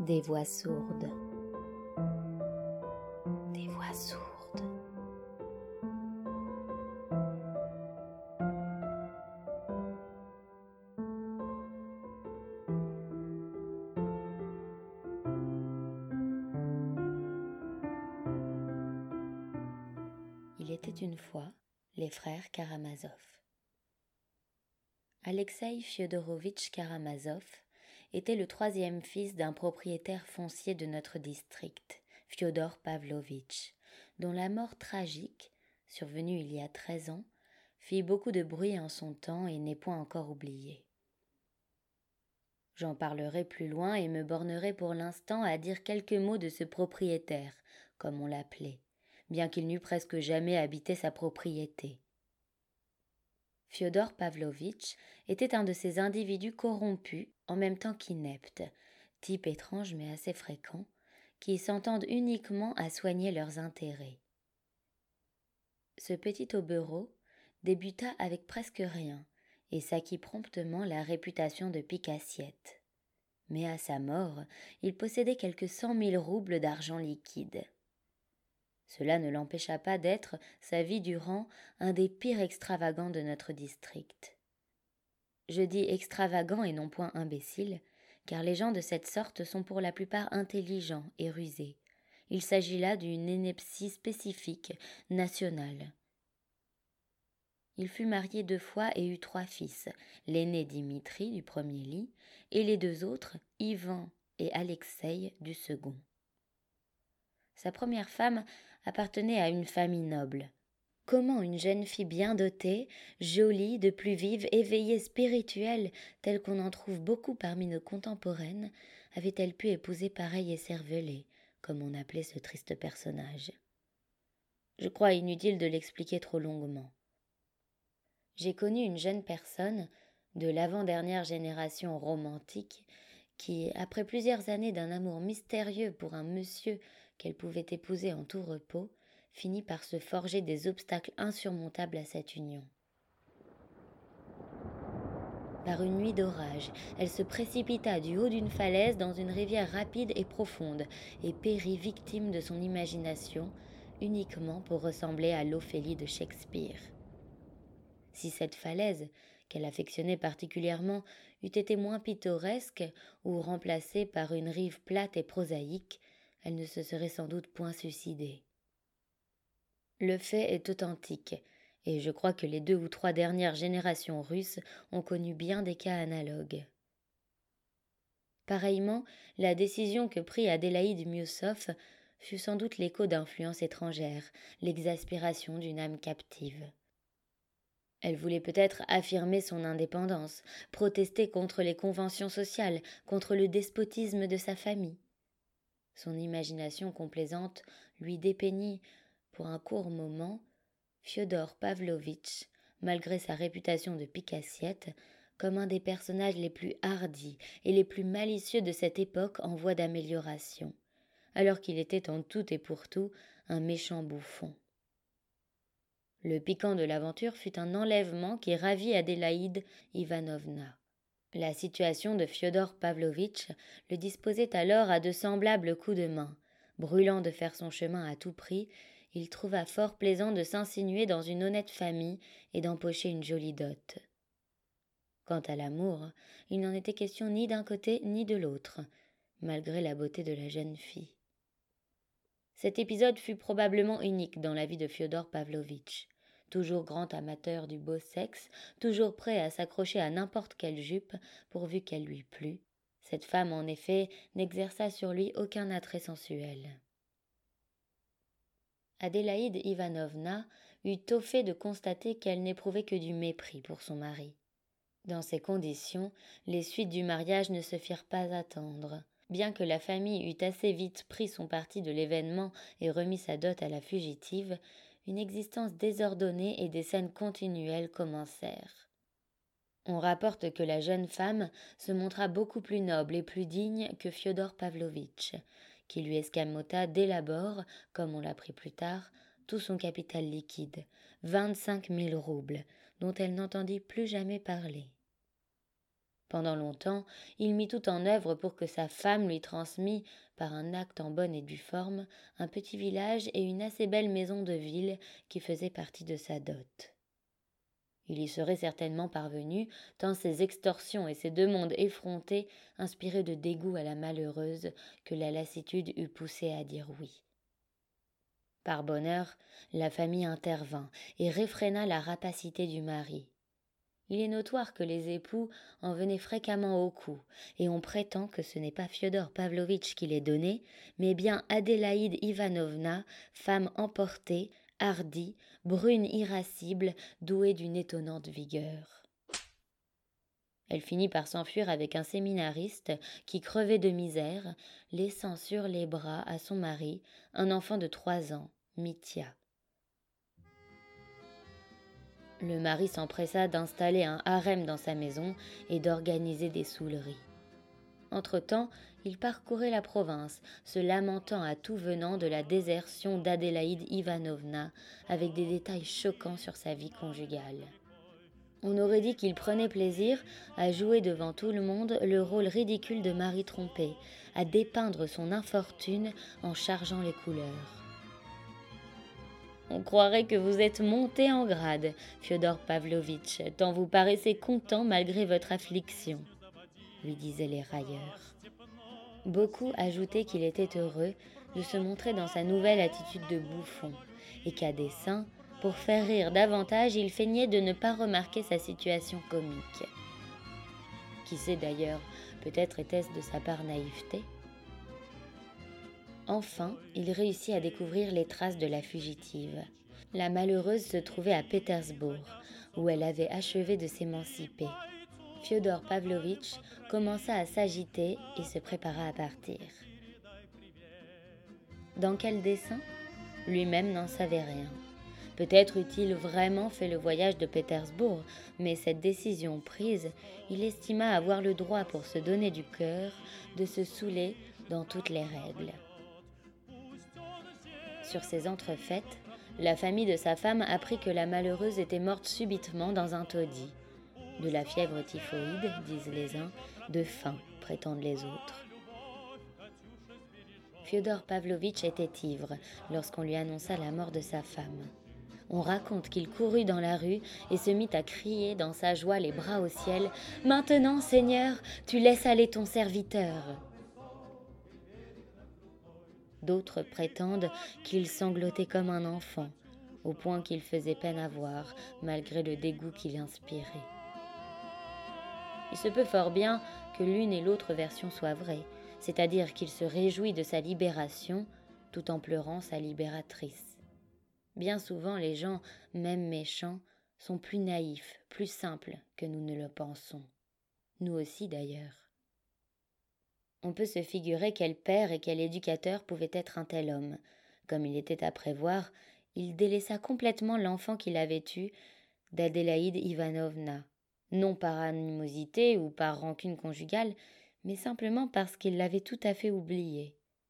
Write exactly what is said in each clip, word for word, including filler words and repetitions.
Des voix sourdes. Des voix sourdes. Il était une fois les frères Karamazov. Alexeï Fiodorovitch Karamazov était le troisième fils d'un propriétaire foncier de notre district, Fyodor Pavlovitch, dont la mort tragique, survenue il y a treize ans, fit beaucoup de bruit en son temps et n'est point encore oubliée. J'en parlerai plus loin et me bornerai pour l'instant à dire quelques mots de ce propriétaire, comme on l'appelait, bien qu'il n'eût presque jamais habité sa propriété. Fyodor Pavlovitch était un de ces individus corrompus, en même temps qu'ineptes, type étrange mais assez fréquent, qui s'entendent uniquement à soigner leurs intérêts. Ce petit hobereau débuta avec presque rien et s'acquit promptement la réputation de pique-assiette. Mais à sa mort, il possédait quelques cent mille roubles d'argent liquide. Cela ne l'empêcha pas d'être, sa vie durant, un des pires extravagants de notre district. Je dis extravagant et non point imbécile, car les gens de cette sorte sont pour la plupart intelligents et rusés. Il s'agit là d'une ineptie spécifique, nationale. Il fut marié deux fois et eut trois fils, l'aîné Dimitri du premier lit, et les deux autres, Ivan et Alexeï du second. Sa première femme appartenait à une famille noble. Comment une jeune fille bien dotée, jolie, de plus vive, éveillée, spirituelle, telle qu'on en trouve beaucoup parmi nos contemporaines, avait-elle pu épouser pareil écervelé, comme on appelait ce triste personnage? Je crois inutile de l'expliquer trop longuement. J'ai connu une jeune personne, de l'avant-dernière génération romantique, qui, après plusieurs années d'un amour mystérieux pour un monsieur qu'elle pouvait épouser en tout repos, finit par se forger des obstacles insurmontables à cette union. Par une nuit d'orage, elle se précipita du haut d'une falaise dans une rivière rapide et profonde et périt victime de son imagination, uniquement pour ressembler à l'Ophélie de Shakespeare. Si cette falaise, qu'elle affectionnait particulièrement, eût été moins pittoresque ou remplacée par une rive plate et prosaïque, elle ne se serait sans doute point suicidée. Le fait est authentique, et je crois que les deux ou trois dernières générations russes ont connu bien des cas analogues. Pareillement, la décision que prit Adélaïde Miusov fut sans doute l'écho d'influences étrangères, l'exaspération d'une âme captive. Elle voulait peut-être affirmer son indépendance, protester contre les conventions sociales, contre le despotisme de sa famille. Son imagination complaisante lui dépeignit, pour un court moment, Fyodor Pavlovitch, malgré sa réputation de pique-assiette, comme un des personnages les plus hardis et les plus malicieux de cette époque en voie d'amélioration, alors qu'il était en tout et pour tout un méchant bouffon. Le piquant de l'aventure fut un enlèvement qui ravit Adélaïde Ivanovna. La situation de Fyodor Pavlovitch le disposait alors à de semblables coups de main. Brûlant de faire son chemin à tout prix, il trouva fort plaisant de s'insinuer dans une honnête famille et d'empocher une jolie dot. Quant à l'amour, il n'en était question ni d'un côté ni de l'autre, malgré la beauté de la jeune fille. Cet épisode fut probablement unique dans la vie de Fyodor Pavlovitch. Toujours grand amateur du beau sexe, toujours prêt à s'accrocher à n'importe quelle jupe, pourvu qu'elle lui plût, cette femme en effet n'exerça sur lui aucun attrait sensuel. Adélaïde Ivanovna eut au fait de constater qu'elle n'éprouvait que du mépris pour son mari. Dans ces conditions, les suites du mariage ne se firent pas attendre. Bien que la famille eût assez vite pris son parti de l'événement et remis sa dot à la fugitive, une existence désordonnée et des scènes continuelles commencèrent. On rapporte que la jeune femme se montra beaucoup plus noble et plus digne que Fyodor Pavlovitch, qui lui escamota dès l'abord, comme on l'apprit plus tard, tout son capital liquide, vingt-cinq mille roubles, dont elle n'entendit plus jamais parler. Pendant longtemps, il mit tout en œuvre pour que sa femme lui transmît, par un acte en bonne et due forme, un petit village et une assez belle maison de ville qui faisaient partie de sa dot. Il y serait certainement parvenu, tant ces extorsions et ces deux mondes effrontés inspiraient de dégoût à la malheureuse que la lassitude eût poussée à dire oui. Par bonheur, la famille intervint et réfréna la rapacité du mari. Il est notoire que les époux en venaient fréquemment au cou, et on prétend que ce n'est pas Fiodor Pavlovitch qui les donnait, mais bien Adélaïde Ivanovna, femme emportée, hardie, brune irascible, douée d'une étonnante vigueur. Elle finit par s'enfuir avec un séminariste qui crevait de misère, laissant sur les bras à son mari un enfant de trois ans, Mitya. Le mari s'empressa d'installer un harem dans sa maison et d'organiser des souleries. Entre-temps, il parcourait la province, se lamentant à tout venant de la désertion d'Adélaïde Ivanovna, avec des détails choquants sur sa vie conjugale. On aurait dit qu'il prenait plaisir à jouer devant tout le monde le rôle ridicule de mari trompé, à dépeindre son infortune en chargeant les couleurs. On croirait que vous êtes monté en grade, Fiodor Pavlovitch, tant vous paraissez content malgré votre affliction, lui disaient les railleurs. Beaucoup ajoutaient qu'il était heureux de se montrer dans sa nouvelle attitude de bouffon, et qu'à dessein, pour faire rire davantage, il feignait de ne pas remarquer sa situation comique. Qui sait d'ailleurs, peut-être était-ce de sa part naïveté. Enfin, il réussit à découvrir les traces de la fugitive. La malheureuse se trouvait à Pétersbourg, où elle avait achevé de s'émanciper. Fiodor Pavlovitch commença à s'agiter et se prépara à partir. Dans quel dessein ? Lui-même n'en savait rien. Peut-être eût-il vraiment fait le voyage de Pétersbourg, mais cette décision prise, il estima avoir le droit pour se donner du cœur de se saouler dans toutes les règles. Sur ces entrefaites, la famille de sa femme apprit que la malheureuse était morte subitement dans un taudis. De la fièvre typhoïde, disent les uns, de faim, prétendent les autres. Fiodor Pavlovitch était ivre lorsqu'on lui annonça la mort de sa femme. On raconte qu'il courut dans la rue et se mit à crier dans sa joie les bras au ciel « Maintenant, Seigneur, tu laisses aller ton serviteur !» D'autres prétendent qu'il sanglotait comme un enfant, au point qu'il faisait peine à voir, malgré le dégoût qu'il inspirait. Il se peut fort bien que l'une et l'autre version soient vraies, c'est-à-dire qu'il se réjouit de sa libération, tout en pleurant sa libératrice. Bien souvent, les gens, même méchants, sont plus naïfs, plus simples que nous ne le pensons. Nous aussi, d'ailleurs. On peut se figurer quel père et quel éducateur pouvait être un tel homme. Comme il était à prévoir, il délaissa complètement l'enfant qu'il avait eu d'Adélaïde Ivanovna, non par animosité ou par rancune conjugale, mais simplement parce qu'il l'avait tout à fait oublié.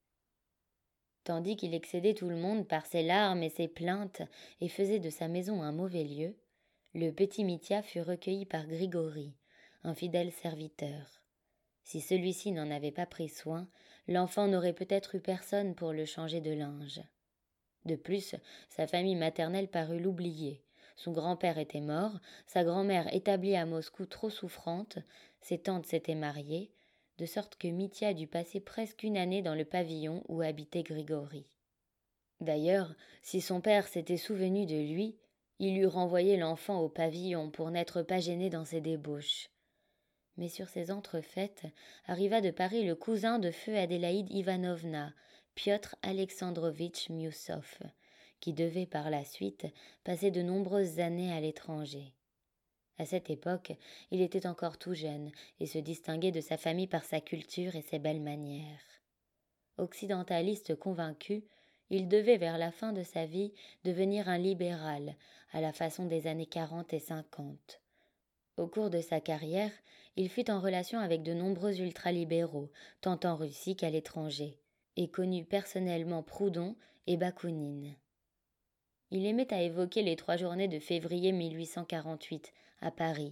Tandis qu'il excédait tout le monde par ses larmes et ses plaintes et faisait de sa maison un mauvais lieu, le petit Mitya fut recueilli par Grigori, un fidèle serviteur. Si celui-ci n'en avait pas pris soin, l'enfant n'aurait peut-être eu personne pour le changer de linge. De plus, sa famille maternelle parut l'oublier. Son grand-père était mort, sa grand-mère établie à Moscou trop souffrante, ses tantes s'étaient mariées, de sorte que Mitya dut passer presque une année dans le pavillon où habitait Grigori. D'ailleurs, si son père s'était souvenu de lui, il eût renvoyé l'enfant au pavillon pour n'être pas gêné dans ses débauches. Mais sur ces entrefaites arriva de Paris le cousin de feu Adélaïde Ivanovna, Piotr Alexandrovitch Miusov, qui devait par la suite passer de nombreuses années à l'étranger. À cette époque, il était encore tout jeune et se distinguait de sa famille par sa culture et ses belles manières. Occidentaliste convaincu, il devait vers la fin de sa vie devenir un libéral, à la façon des années quarante et cinquante. Au cours de sa carrière, il fut en relation avec de nombreux ultralibéraux, tant en Russie qu'à l'étranger, et connut personnellement Proudhon et Bakounine. Il aimait à évoquer les trois journées de février mille huit cent quarante-huit, à Paris,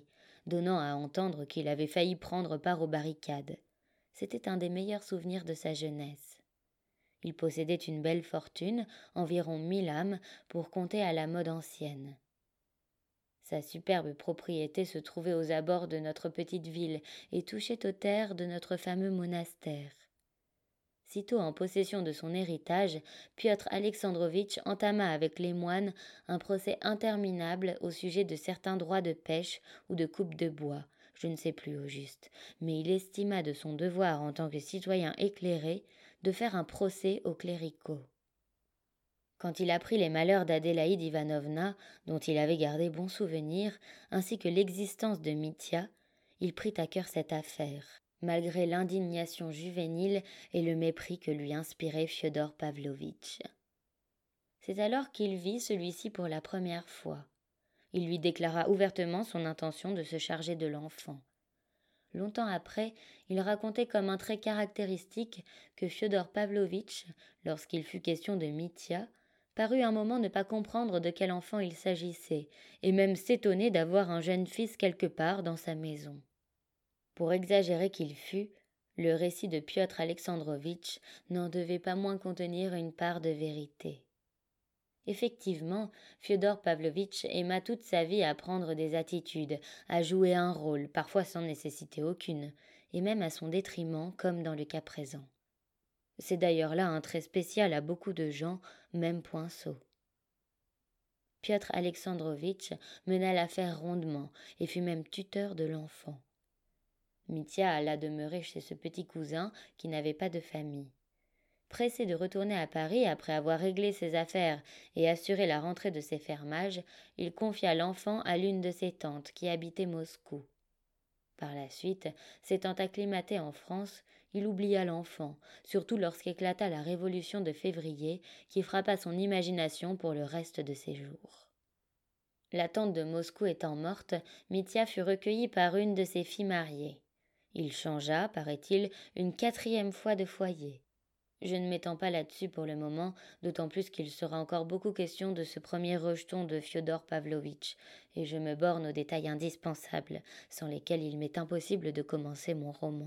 donnant à entendre qu'il avait failli prendre part aux barricades. C'était un des meilleurs souvenirs de sa jeunesse. Il possédait une belle fortune, environ mille âmes, pour compter à la mode ancienne. Sa superbe propriété se trouvait aux abords de notre petite ville et touchait aux terres de notre fameux monastère. Sitôt en possession de son héritage, Piotr Alexandrovitch entama avec les moines un procès interminable au sujet de certains droits de pêche ou de coupe de bois, je ne sais plus au juste, mais il estima de son devoir en tant que citoyen éclairé de faire un procès aux cléricaux. Quand il apprit les malheurs d'Adélaïde Ivanovna, dont il avait gardé bon souvenir, ainsi que l'existence de Mitya, il prit à cœur cette affaire, malgré l'indignation juvénile et le mépris que lui inspirait Fiodor Pavlovitch. C'est alors qu'il vit celui-ci pour la première fois. Il lui déclara ouvertement son intention de se charger de l'enfant. Longtemps après, il racontait comme un trait caractéristique que Fiodor Pavlovitch, lorsqu'il fut question de Mitya, parut un moment ne pas comprendre de quel enfant il s'agissait, et même s'étonner d'avoir un jeune fils quelque part dans sa maison. Pour exagéré qu'il fût, le récit de Piotr Alexandrovitch n'en devait pas moins contenir une part de vérité. Effectivement, Fiodor Pavlovitch aima toute sa vie à prendre des attitudes, à jouer un rôle, parfois sans nécessité aucune, et même à son détriment, comme dans le cas présent. C'est d'ailleurs là un trait spécial à beaucoup de gens, même poinceaux. Piotr Alexandrovitch mena l'affaire rondement et fut même tuteur de l'enfant. Mitya alla demeurer chez ce petit cousin qui n'avait pas de famille. Pressé de retourner à Paris après avoir réglé ses affaires et assuré la rentrée de ses fermages, il confia l'enfant à l'une de ses tantes qui habitait Moscou. Par la suite, s'étant acclimaté en France, il oublia l'enfant, surtout lorsqu'éclata la révolution de février qui frappa son imagination pour le reste de ses jours. La tante de Moscou étant morte, Mitya fut recueilli par une de ses filles mariées. Il changea, paraît-il, une quatrième fois de foyer. Je ne m'étends pas là-dessus pour le moment, d'autant plus qu'il sera encore beaucoup question de ce premier rejeton de Fiodor Pavlovitch, et je me borne aux détails indispensables, sans lesquels il m'est impossible de commencer mon roman.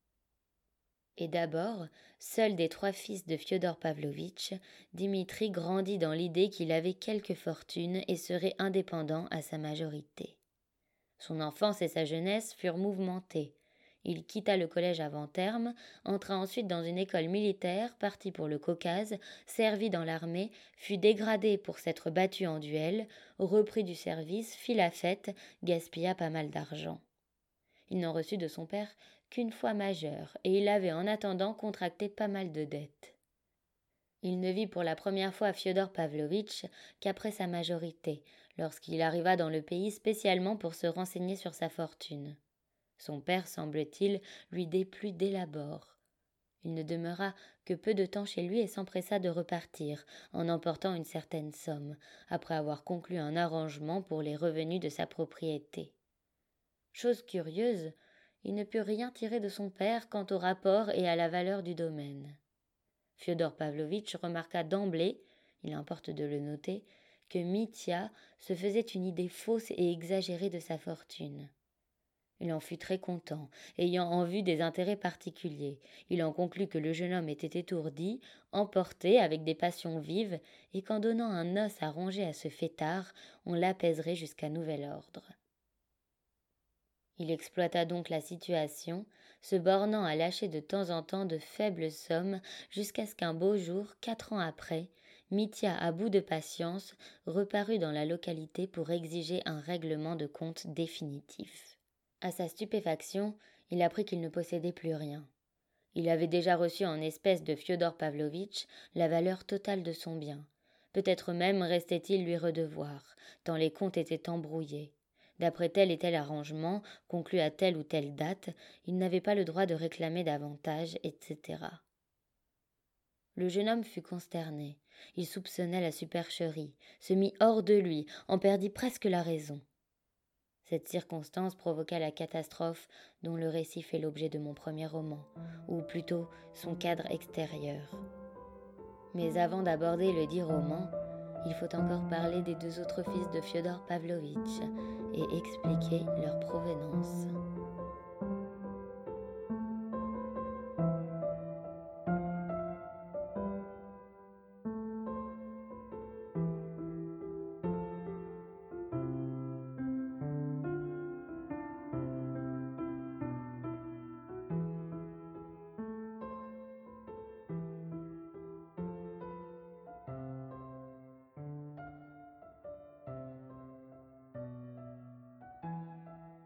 Et d'abord, seul des trois fils de Fiodor Pavlovitch, Dimitri grandit dans l'idée qu'il avait quelque fortune et serait indépendant à sa majorité. Son enfance et sa jeunesse furent mouvementées. Il quitta le collège avant terme, entra ensuite dans une école militaire, partit pour le Caucase, servit dans l'armée, fut dégradé pour s'être battu en duel, reprit du service, fit la fête, gaspilla pas mal d'argent. Il n'en reçut de son père qu'une fois majeur, et il avait en attendant contracté pas mal de dettes. Il ne vit pour la première fois Fiodor Pavlovitch qu'après sa majorité, lorsqu'il arriva dans le pays spécialement pour se renseigner sur sa fortune. Son père, semble-t-il, lui déplut dès l'abord. Il ne demeura que peu de temps chez lui et s'empressa de repartir, en emportant une certaine somme, après avoir conclu un arrangement pour les revenus de sa propriété. Chose curieuse, il ne put rien tirer de son père quant au rapport et à la valeur du domaine. Fiodor Pavlovitch remarqua d'emblée, il importe de le noter, que Mitya se faisait une idée fausse et exagérée de sa fortune. Il en fut très content, ayant en vue des intérêts particuliers. Il en conclut que le jeune homme était étourdi, emporté avec des passions vives, et qu'en donnant un os à ronger à ce fêtard, on l'apaiserait jusqu'à nouvel ordre. Il exploita donc la situation, se bornant à lâcher de temps en temps de faibles sommes, jusqu'à ce qu'un beau jour, quatre ans après, Mitya, à bout de patience, reparut dans la localité pour exiger un règlement de compte définitif. À sa stupéfaction, il apprit qu'il ne possédait plus rien. Il avait déjà reçu en espèces de Fiodor Pavlovitch la valeur totale de son bien. Peut-être même restait-il lui redevoir, tant les comptes étaient embrouillés. D'après tel et tel arrangement, conclu à telle ou telle date, il n'avait pas le droit de réclamer davantage, et cetera. Le jeune homme fut consterné. Il soupçonna la supercherie, se mit hors de lui, en perdit presque la raison. Cette circonstance provoqua la catastrophe dont le récit fait l'objet de mon premier roman, ou plutôt son cadre extérieur. Mais avant d'aborder le dit roman, Il faut encore parler des deux autres fils de Fiodor Pavlovitch et expliquer leur provenance.